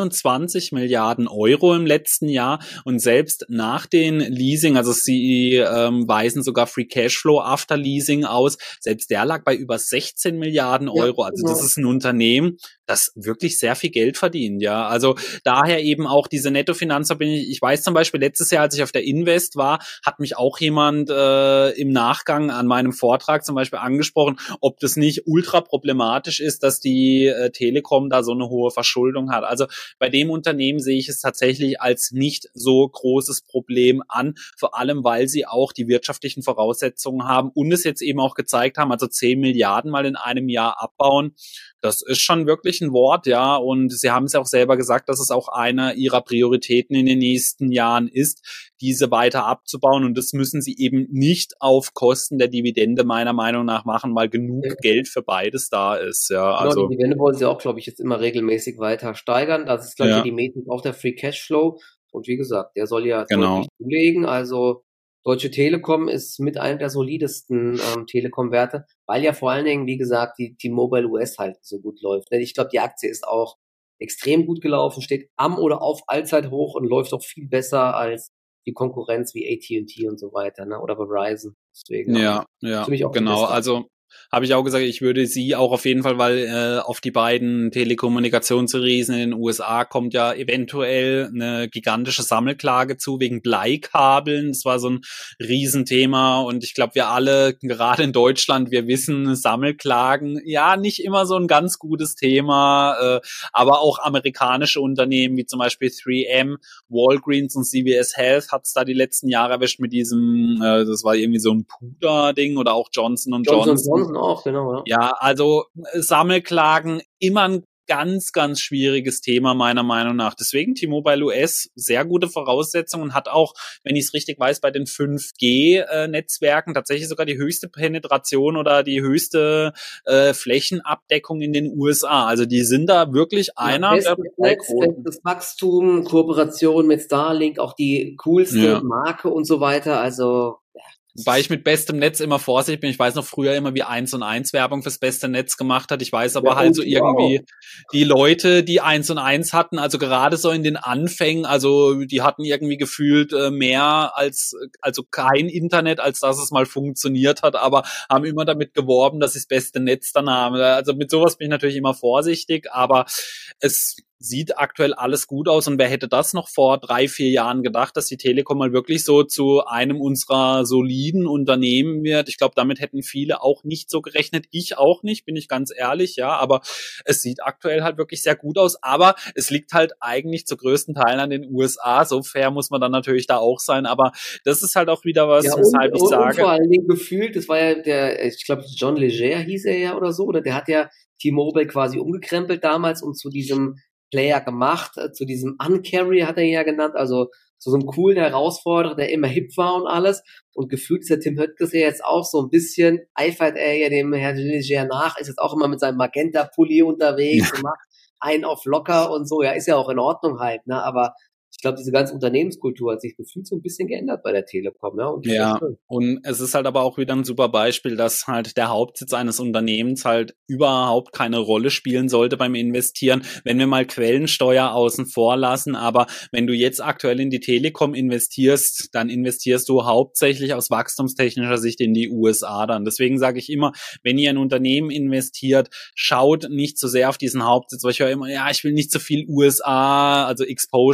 21 Milliarden Euro im letzten Jahr und selbst nach den Leasing, also sie weisen sogar Free Cashflow after Leasing aus, selbst der lag bei über 16 Milliarden Euro. Also das ist ein Unternehmen, das wirklich sehr viel Geld verdient, ja. Also daher eben auch diese Nettofinanzverbindung. Ich weiß zum Beispiel, letztes Jahr, als ich auf der Invest war, hat mich auch jemand im Nachgang an meinem Vortrag zum Beispiel angesprochen, ob das nicht ultra problematisch ist, dass die Telekom da so eine hohe Verschuldung hat. Also bei dem Unternehmen sehe ich es tatsächlich als nicht so großes Problem an, vor allem, weil sie auch die wirtschaftlichen Voraussetzungen haben und es jetzt eben auch gezeigt haben, also 10 Milliarden mal in einem Jahr abbauen. Das ist schon wirklich ein Wort, ja, und sie haben es ja auch selber gesagt, dass es auch einer ihrer Prioritäten in den nächsten Jahren ist, diese weiter abzubauen, und das müssen sie eben nicht auf Kosten der Dividende meiner Meinung nach machen, weil genug Geld für beides da ist, ja. Genau, Also die Dividende wollen sie auch, glaube ich, jetzt immer regelmäßig weiter steigern. Das ist, glaube ich, die Metrik auch der Free Cashflow. Und wie gesagt, der soll ja deutlich zulegen. Also Deutsche Telekom ist mit einem der solidesten Telekom-Werte, weil ja vor allen Dingen, wie gesagt, die T-Mobile US halt so gut läuft. Ich glaube, die Aktie ist auch extrem gut gelaufen, steht am oder auf Allzeithoch und läuft auch viel besser als die Konkurrenz wie AT&T und so weiter, ne? Oder Verizon. Deswegen, ja, genau. Also habe ich auch gesagt, ich würde sie auch auf jeden Fall, weil auf die beiden Telekommunikationsriesen in den USA kommt ja eventuell eine gigantische Sammelklage zu wegen Bleikabeln. Das war so ein Riesenthema und ich glaube, wir alle, gerade in Deutschland, wir wissen, Sammelklagen, ja, nicht immer so ein ganz gutes Thema, aber auch amerikanische Unternehmen wie zum Beispiel 3M, Walgreens und CVS Health hat es da die letzten Jahre erwischt mit diesem, das war irgendwie so ein Puder-Ding, oder auch Johnson Johnson auch, genau, ja. Ja, also Sammelklagen immer ein ganz, ganz schwieriges Thema meiner Meinung nach. Deswegen T-Mobile US sehr gute Voraussetzungen, hat auch, wenn ich es richtig weiß, bei den 5G-Netzwerken tatsächlich sogar die höchste Penetration oder die höchste Flächenabdeckung in den USA. Also die sind da wirklich einer der großen. Das Wachstum, Kooperation mit Starlink, auch die coolste Marke und so weiter. Also wobei ich mit bestem Netz immer vorsichtig bin. Ich weiß noch früher immer, wie 1&1 Werbung fürs beste Netz gemacht hat. Ich weiß aber halt so irgendwie die Leute, die 1&1 hatten, also gerade so in den Anfängen, also die hatten irgendwie gefühlt mehr als, also kein Internet, als dass es mal funktioniert hat, aber haben immer damit geworben, dass sie das beste Netz dann haben. Also mit sowas bin ich natürlich immer vorsichtig, aber es sieht aktuell alles gut aus, und wer hätte das noch vor 3-4 Jahren gedacht, dass die Telekom mal wirklich so zu einem unserer soliden Unternehmen wird. Ich glaube, damit hätten viele auch nicht so gerechnet. Ich auch nicht, bin ich ganz ehrlich, ja, aber es sieht aktuell halt wirklich sehr gut aus, aber es liegt halt eigentlich zu größten Teilen an den USA. So fair muss man dann natürlich da auch sein, aber das ist halt auch wieder was, weshalb ich sage. Und vor allen Dingen gefühlt, das war ja ich glaube, John Legere hieß er ja oder so, oder der hat ja T-Mobile quasi umgekrempelt damals und zu diesem Player gemacht, zu diesem Uncarrier hat er ihn ja genannt, also zu so einem coolen Herausforderer, der immer hip war und alles. Und gefühlt ist der Tim Höttges ja jetzt auch so ein bisschen, eifert er ja dem Herrn Leger nach, ist jetzt auch immer mit seinem Magenta-Pulli unterwegs und macht einen auf locker und so. Ja, ist ja auch in Ordnung halt, ne, aber ich glaube, diese ganze Unternehmenskultur hat sich gefühlt so ein bisschen geändert bei der Telekom, ja. Und es ist halt aber auch wieder ein super Beispiel, dass halt der Hauptsitz eines Unternehmens halt überhaupt keine Rolle spielen sollte beim Investieren, wenn wir mal Quellensteuer außen vor lassen. Aber wenn du jetzt aktuell in die Telekom investierst, dann investierst du hauptsächlich aus wachstumstechnischer Sicht in die USA dann. Deswegen sage ich immer, wenn ihr in ein Unternehmen investiert, schaut nicht so sehr auf diesen Hauptsitz, weil ich höre immer, ja, ich will nicht so viel USA, also Exposure, sagen ja alle,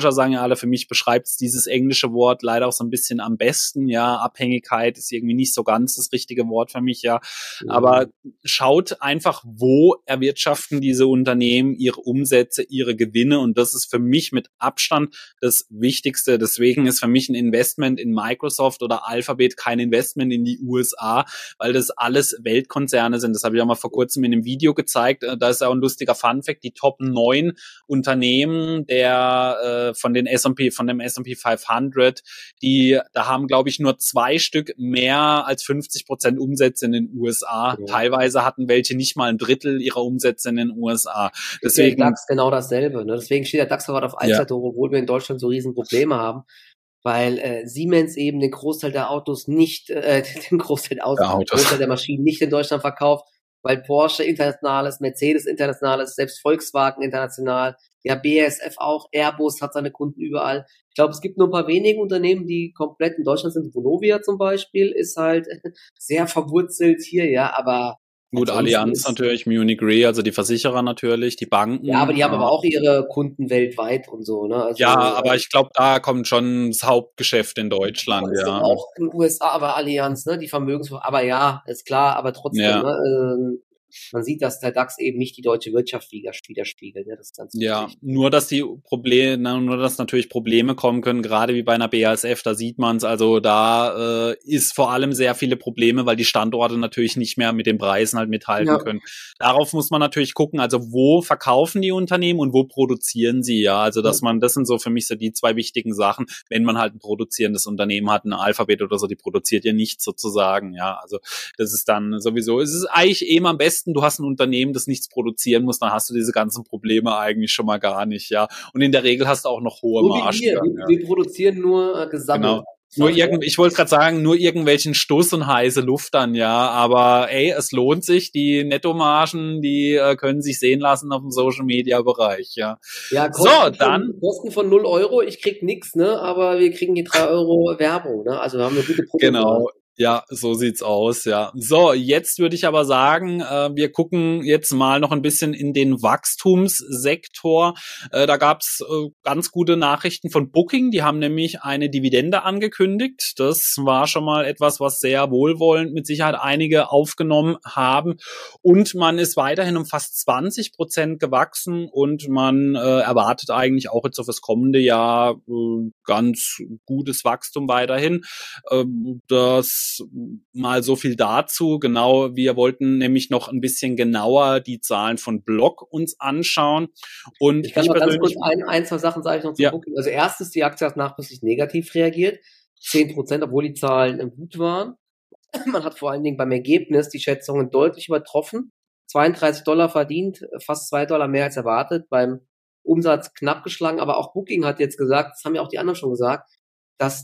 Vorteile. Für mich beschreibt es dieses englische Wort leider auch so ein bisschen am besten. Ja, Abhängigkeit ist irgendwie nicht so ganz das richtige Wort für mich, ja. Aber schaut einfach, wo erwirtschaften diese Unternehmen ihre Umsätze, ihre Gewinne, und das ist für mich mit Abstand das Wichtigste. Deswegen ist für mich ein Investment in Microsoft oder Alphabet kein Investment in die USA, weil das alles Weltkonzerne sind. Das habe ich auch mal vor kurzem in einem Video gezeigt. Da ist auch ein lustiger Funfact: Die Top 9 Unternehmen von dem S&P 500, da haben, glaube ich, nur 2 Stück mehr als 50% Umsätze in den USA. Ja. Teilweise hatten welche nicht mal ein Drittel ihrer Umsätze in den USA. Deswegen ist der DAX genau dasselbe. Ne? Deswegen steht der DAX gerade auf Allzeithoch, obwohl wir in Deutschland so riesen Probleme haben, weil Siemens eben den Großteil der Autos nicht, den Großteil der Maschinen nicht in Deutschland verkauft, weil Porsche international ist, Mercedes international ist, selbst Volkswagen international, ja, BASF auch, Airbus hat seine Kunden überall. Ich glaube, es gibt nur ein paar wenige Unternehmen, die komplett in Deutschland sind. Vonovia zum Beispiel ist halt sehr verwurzelt hier, ja, aber gut, Allianz natürlich, Munich Re, also die Versicherer natürlich, die Banken. Ja, aber die haben aber auch ihre Kunden weltweit und so, ne? Also, ja, aber ich glaube, da kommt schon das Hauptgeschäft in Deutschland, ja. Auch in den USA, aber Allianz, ne? Die aber ja, ist klar, aber trotzdem, ja. Ne? Man sieht, dass der DAX eben nicht die deutsche Wirtschaft widerspiegelt. Ne? Das ist ganz wichtig. Nur dass natürlich Probleme kommen können, gerade wie bei einer BASF, da sieht man es, also da ist vor allem sehr viele Probleme, weil die Standorte natürlich nicht mehr mit den Preisen halt mithalten können. Darauf muss man natürlich gucken, also wo verkaufen die Unternehmen und wo produzieren sie, ja, also das sind so für mich so die 2 wichtigen Sachen, wenn man halt ein produzierendes Unternehmen hat, ein Alphabet oder so, die produziert ja nichts sozusagen, ja, also das ist dann sowieso, es ist eigentlich am besten, du hast ein Unternehmen, das nichts produzieren muss, dann hast du diese ganzen Probleme eigentlich schon mal gar nicht, ja. Und in der Regel hast du auch noch hohe Margen. Wir produzieren nur gesammelt. Genau. Ich wollte gerade sagen, nur irgendwelchen Stoß und heiße Luft dann, ja. Aber es lohnt sich, die die können sich sehen lassen auf dem Social-Media-Bereich, ja. Ja, Kosten von 0 Euro, ich krieg nix, ne? Aber wir kriegen die 3 Euro Werbung, ne? Also wir haben eine gute Produkte. Genau. Ja, so sieht's aus, ja. So, jetzt würde ich aber sagen, wir gucken jetzt mal noch ein bisschen in den Wachstumssektor. Da gab's ganz gute Nachrichten von Booking. Die haben nämlich eine Dividende angekündigt. Das war schon mal etwas, was sehr wohlwollend mit Sicherheit einige aufgenommen haben. Und man ist weiterhin um fast 20% gewachsen und man erwartet eigentlich auch jetzt auf das kommende Jahr ganz gutes Wachstum weiterhin. Das mal so viel dazu. Genau, wir wollten nämlich noch ein bisschen genauer die Zahlen von Block uns anschauen. Und ich kann noch ganz kurz ein, 2 Sachen sage ich noch zum Booking. Also erstens, die Aktie hat nachweislich negativ reagiert. 10%, obwohl die Zahlen gut waren. Man hat vor allen Dingen beim Ergebnis die Schätzungen deutlich übertroffen. $32 verdient, fast $2 mehr als erwartet. Beim Umsatz knapp geschlagen, aber auch Booking hat jetzt gesagt, das haben ja auch die anderen schon gesagt, dass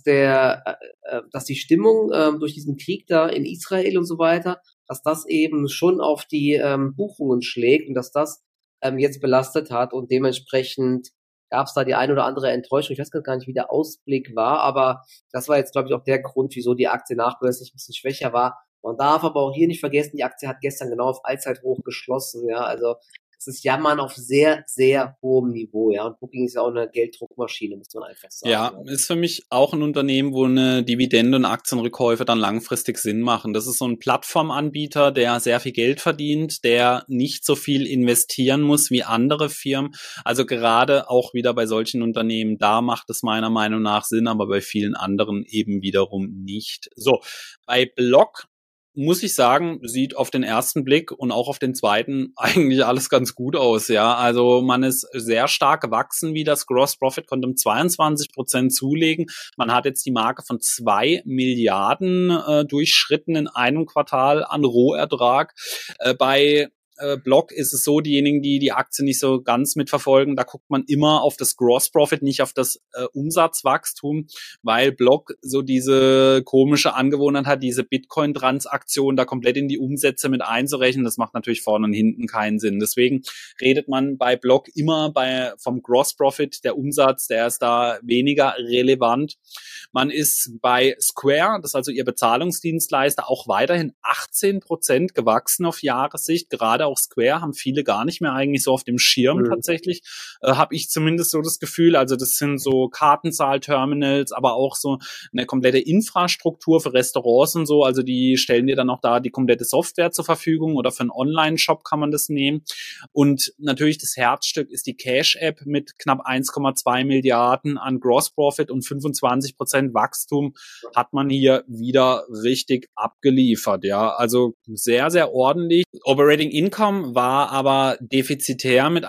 die Stimmung durch diesen Krieg da in Israel und so weiter, dass das eben schon auf die Buchungen schlägt und dass das jetzt belastet hat und dementsprechend gab es da die ein oder andere Enttäuschung. Ich weiß gar nicht, wie der Ausblick war, aber das war jetzt, glaube ich, auch der Grund, wieso die Aktie nachbörslich ein bisschen schwächer war. Man darf aber auch hier nicht vergessen, die Aktie hat gestern genau auf Allzeithoch geschlossen, ja, also es ist Jammern auf sehr, sehr hohem Niveau, ja. Und Booking ist ja auch eine Gelddruckmaschine, muss man einfach sagen. Ja, ist für mich auch ein Unternehmen, wo eine Dividende und Aktienrückkäufe dann langfristig Sinn machen. Das ist so ein Plattformanbieter, der sehr viel Geld verdient, der nicht so viel investieren muss wie andere Firmen. Also gerade auch wieder bei solchen Unternehmen, da macht es meiner Meinung nach Sinn, aber bei vielen anderen eben wiederum nicht. So, bei Block muss ich sagen, sieht auf den ersten Blick und auch auf den zweiten eigentlich alles ganz gut aus, ja. Also man ist sehr stark gewachsen, wie das Gross Profit konnte um 22% zulegen. Man hat jetzt die Marke von 2 Milliarden durchschritten in einem Quartal an Rohertrag. Bei Block ist es so, diejenigen, die die Aktie nicht so ganz mitverfolgen, da guckt man immer auf das Gross Profit, nicht auf das Umsatzwachstum, weil Block so diese komische Angewohnheit hat, diese Bitcoin-Transaktion da komplett in die Umsätze mit einzurechnen. Das macht natürlich vorne und hinten keinen Sinn. Deswegen redet man bei Block immer vom Gross Profit, der Umsatz, der ist da weniger relevant. Man ist bei Square, das ist also ihr Bezahlungsdienstleister, auch weiterhin 18% gewachsen auf Jahressicht, gerade gerade auch Square haben viele gar nicht mehr eigentlich so auf dem Schirm tatsächlich, habe ich zumindest so das Gefühl. Also das sind so Kartenzahlterminals, aber auch so eine komplette Infrastruktur für Restaurants und so. Also die stellen dir dann auch da die komplette Software zur Verfügung oder für einen Online-Shop kann man das nehmen. Und natürlich das Herzstück ist die Cash-App mit knapp 1,2 Milliarden an Gross Profit und 25% Wachstum hat man hier wieder richtig abgeliefert. Ja, also sehr, sehr ordentlich. Operating Income war aber defizitär mit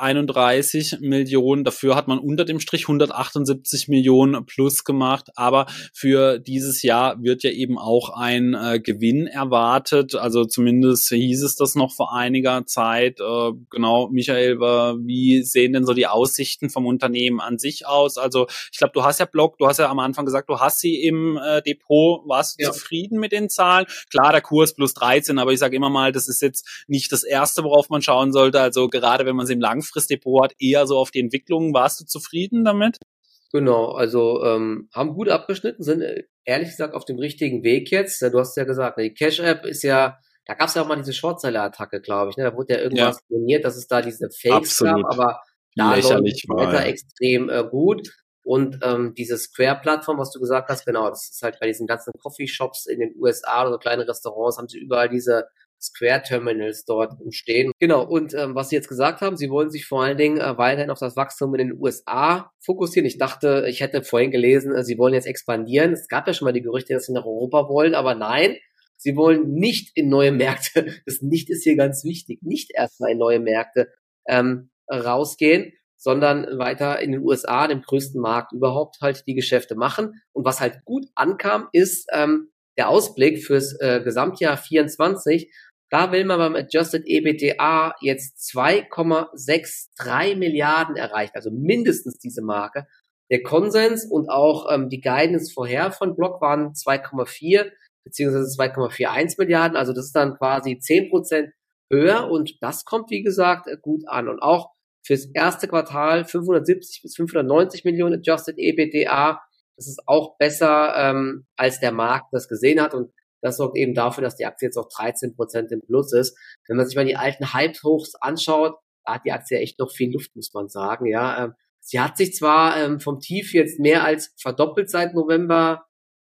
131 Millionen. Dafür hat man unter dem Strich 178 Millionen plus gemacht. Aber für dieses Jahr wird ja eben auch ein Gewinn erwartet. Also zumindest hieß es das noch vor einiger Zeit. Genau, Michael, wie sehen denn so die Aussichten vom Unternehmen an sich aus? Also ich glaube, du hast ja am Anfang gesagt, du hast sie im Depot. Warst du zufrieden mit den Zahlen? Klar, der Kurs plus 13, aber ich sage immer mal, das ist jetzt nicht das Erste, worauf man schauen sollte. Also gerade wenn man sie im Langfristdepot hat, eher so auf die Entwicklung. Warst du zufrieden damit? Genau, also haben gut abgeschnitten, sind ehrlich gesagt auf dem richtigen Weg jetzt. Du hast ja gesagt, die Cash-App ist ja, da gab es ja auch mal diese Shortseller-Attacke, glaube ich. Ne? Da wurde ja irgendwas moniert, dass es da diese Fakes gab, aber da läuft es weiter extrem gut. Und diese Square-Plattform, was du gesagt hast, genau, das ist halt bei diesen ganzen Coffeeshops in den USA oder so kleine Restaurants, haben sie überall diese Square-Terminals dort stehen. Genau, und was Sie jetzt gesagt haben, Sie wollen sich vor allen Dingen weiterhin auf das Wachstum in den USA fokussieren. Ich dachte, ich hätte vorhin gelesen, Sie wollen jetzt expandieren. Es gab ja schon mal die Gerüchte, dass Sie nach Europa wollen, aber nein, Sie wollen nicht in neue Märkte, das Nicht ist hier ganz wichtig, nicht erstmal in neue Märkte rausgehen, sondern weiter in den USA, dem größten Markt überhaupt, halt die Geschäfte machen. Und was halt gut ankam, ist der Ausblick fürs Gesamtjahr 24. Da will man beim Adjusted EBITDA jetzt 2,63 Milliarden erreichen, also mindestens diese Marke. Der Konsens und auch die Guidance vorher von Block waren 2,4 beziehungsweise 2,41 Milliarden, also das ist dann quasi 10% höher und das kommt, wie gesagt, gut an. Und auch fürs erste Quartal 570 bis 590 Millionen Adjusted EBITDA. Das ist auch besser, als der Markt das gesehen hat. Und das sorgt eben dafür, dass die Aktie jetzt auch 13% im Plus ist. Wenn man sich mal die alten Hype-Hochs anschaut, da hat die Aktie echt noch viel Luft, muss man sagen. Ja, sie hat sich zwar vom Tief jetzt mehr als verdoppelt seit November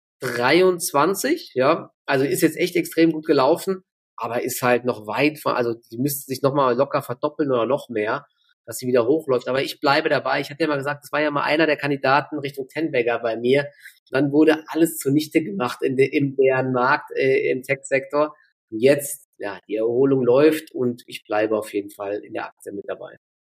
23, ja, also ist jetzt echt extrem gut gelaufen, aber ist halt noch weit von, also die müsste sich nochmal locker verdoppeln oder noch mehr, dass sie wieder hochläuft. Aber ich bleibe dabei. Ich hatte ja mal gesagt, das war ja mal einer der Kandidaten Richtung Tenbagger bei mir. Dann wurde alles zunichte gemacht im Bärenmarkt, im Tech-Sektor. Jetzt, ja, die Erholung läuft und ich bleibe auf jeden Fall in der Aktie mit dabei.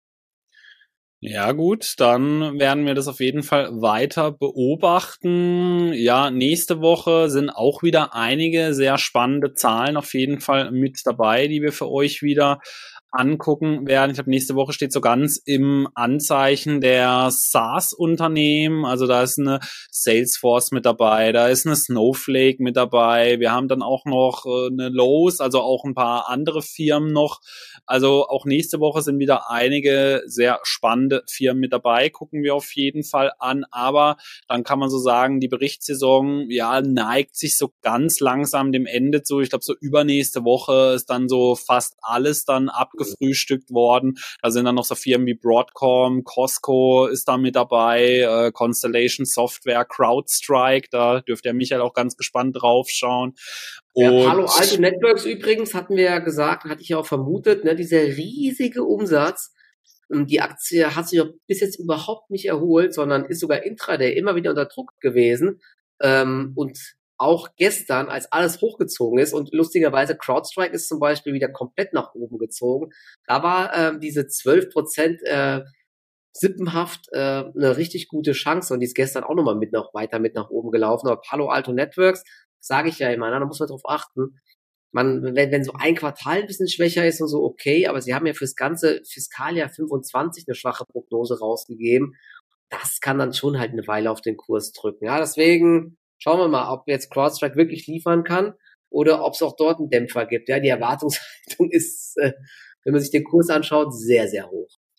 Ja gut, dann werden wir das auf jeden Fall weiter beobachten. Ja, nächste Woche sind auch wieder einige sehr spannende Zahlen auf jeden Fall mit dabei, die wir für euch wieder angucken werden. Ich glaube, nächste Woche steht so ganz im Anzeichen der SaaS-Unternehmen. Also da ist eine Salesforce mit dabei, da ist eine Snowflake mit dabei. Wir haben dann auch noch eine Lowe's, also auch ein paar andere Firmen noch. Also auch nächste Woche sind wieder einige sehr spannende Firmen mit dabei. Gucken wir auf jeden Fall an. Aber dann kann man so sagen, die Berichtssaison, ja, neigt sich so ganz langsam dem Ende zu. Ich glaube, so übernächste Woche ist dann so fast alles dann abgefrühstückt worden. Da sind dann noch so Firmen wie Broadcom, Costco ist da mit dabei, Constellation Software, CrowdStrike, da dürfte der Michael auch ganz gespannt drauf schauen. Ja, Palo Alto Networks übrigens, hatten wir ja gesagt, hatte ich ja auch vermutet, ne, dieser riesige Umsatz. Und die Aktie hat sich bis jetzt überhaupt nicht erholt, sondern ist sogar intraday immer wieder unter Druck gewesen. Und auch gestern, als alles hochgezogen ist und lustigerweise CrowdStrike ist zum Beispiel wieder komplett nach oben gezogen, da war diese 12% sippenhaft eine richtig gute Chance und die ist gestern auch nochmal weiter mit nach oben gelaufen. Aber Palo Alto Networks, sage ich ja immer, da muss man drauf achten. Wenn so ein Quartal ein bisschen schwächer ist und so, okay, aber sie haben ja fürs ganze Fiskaljahr 25 eine schwache Prognose rausgegeben. Das kann dann schon halt eine Weile auf den Kurs drücken. Ja, deswegen schauen wir mal, ob jetzt CrowdStrike wirklich liefern kann oder ob es auch dort einen Dämpfer gibt. Ja, die Erwartungshaltung ist, wenn man sich den Kurs anschaut, sehr, sehr hoch.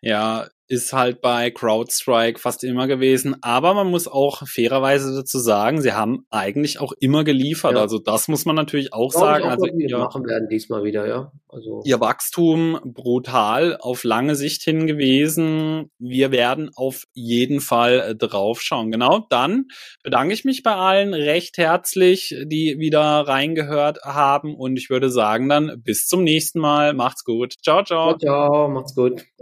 Ja, ist halt bei CrowdStrike fast immer gewesen. Aber man muss auch fairerweise dazu sagen, sie haben eigentlich auch immer geliefert. Ja. Also das muss man natürlich auch Glaube ich sagen. auch, Also was wir machen werden diesmal wieder, ja. Also ihr Wachstum brutal auf lange Sicht hin gewesen. Wir werden auf jeden Fall draufschauen. Genau, dann bedanke ich mich bei allen recht herzlich, die wieder reingehört haben. Und ich würde sagen dann bis zum nächsten Mal. Macht's gut. Ciao, ciao, ciao. ciao, macht's gut.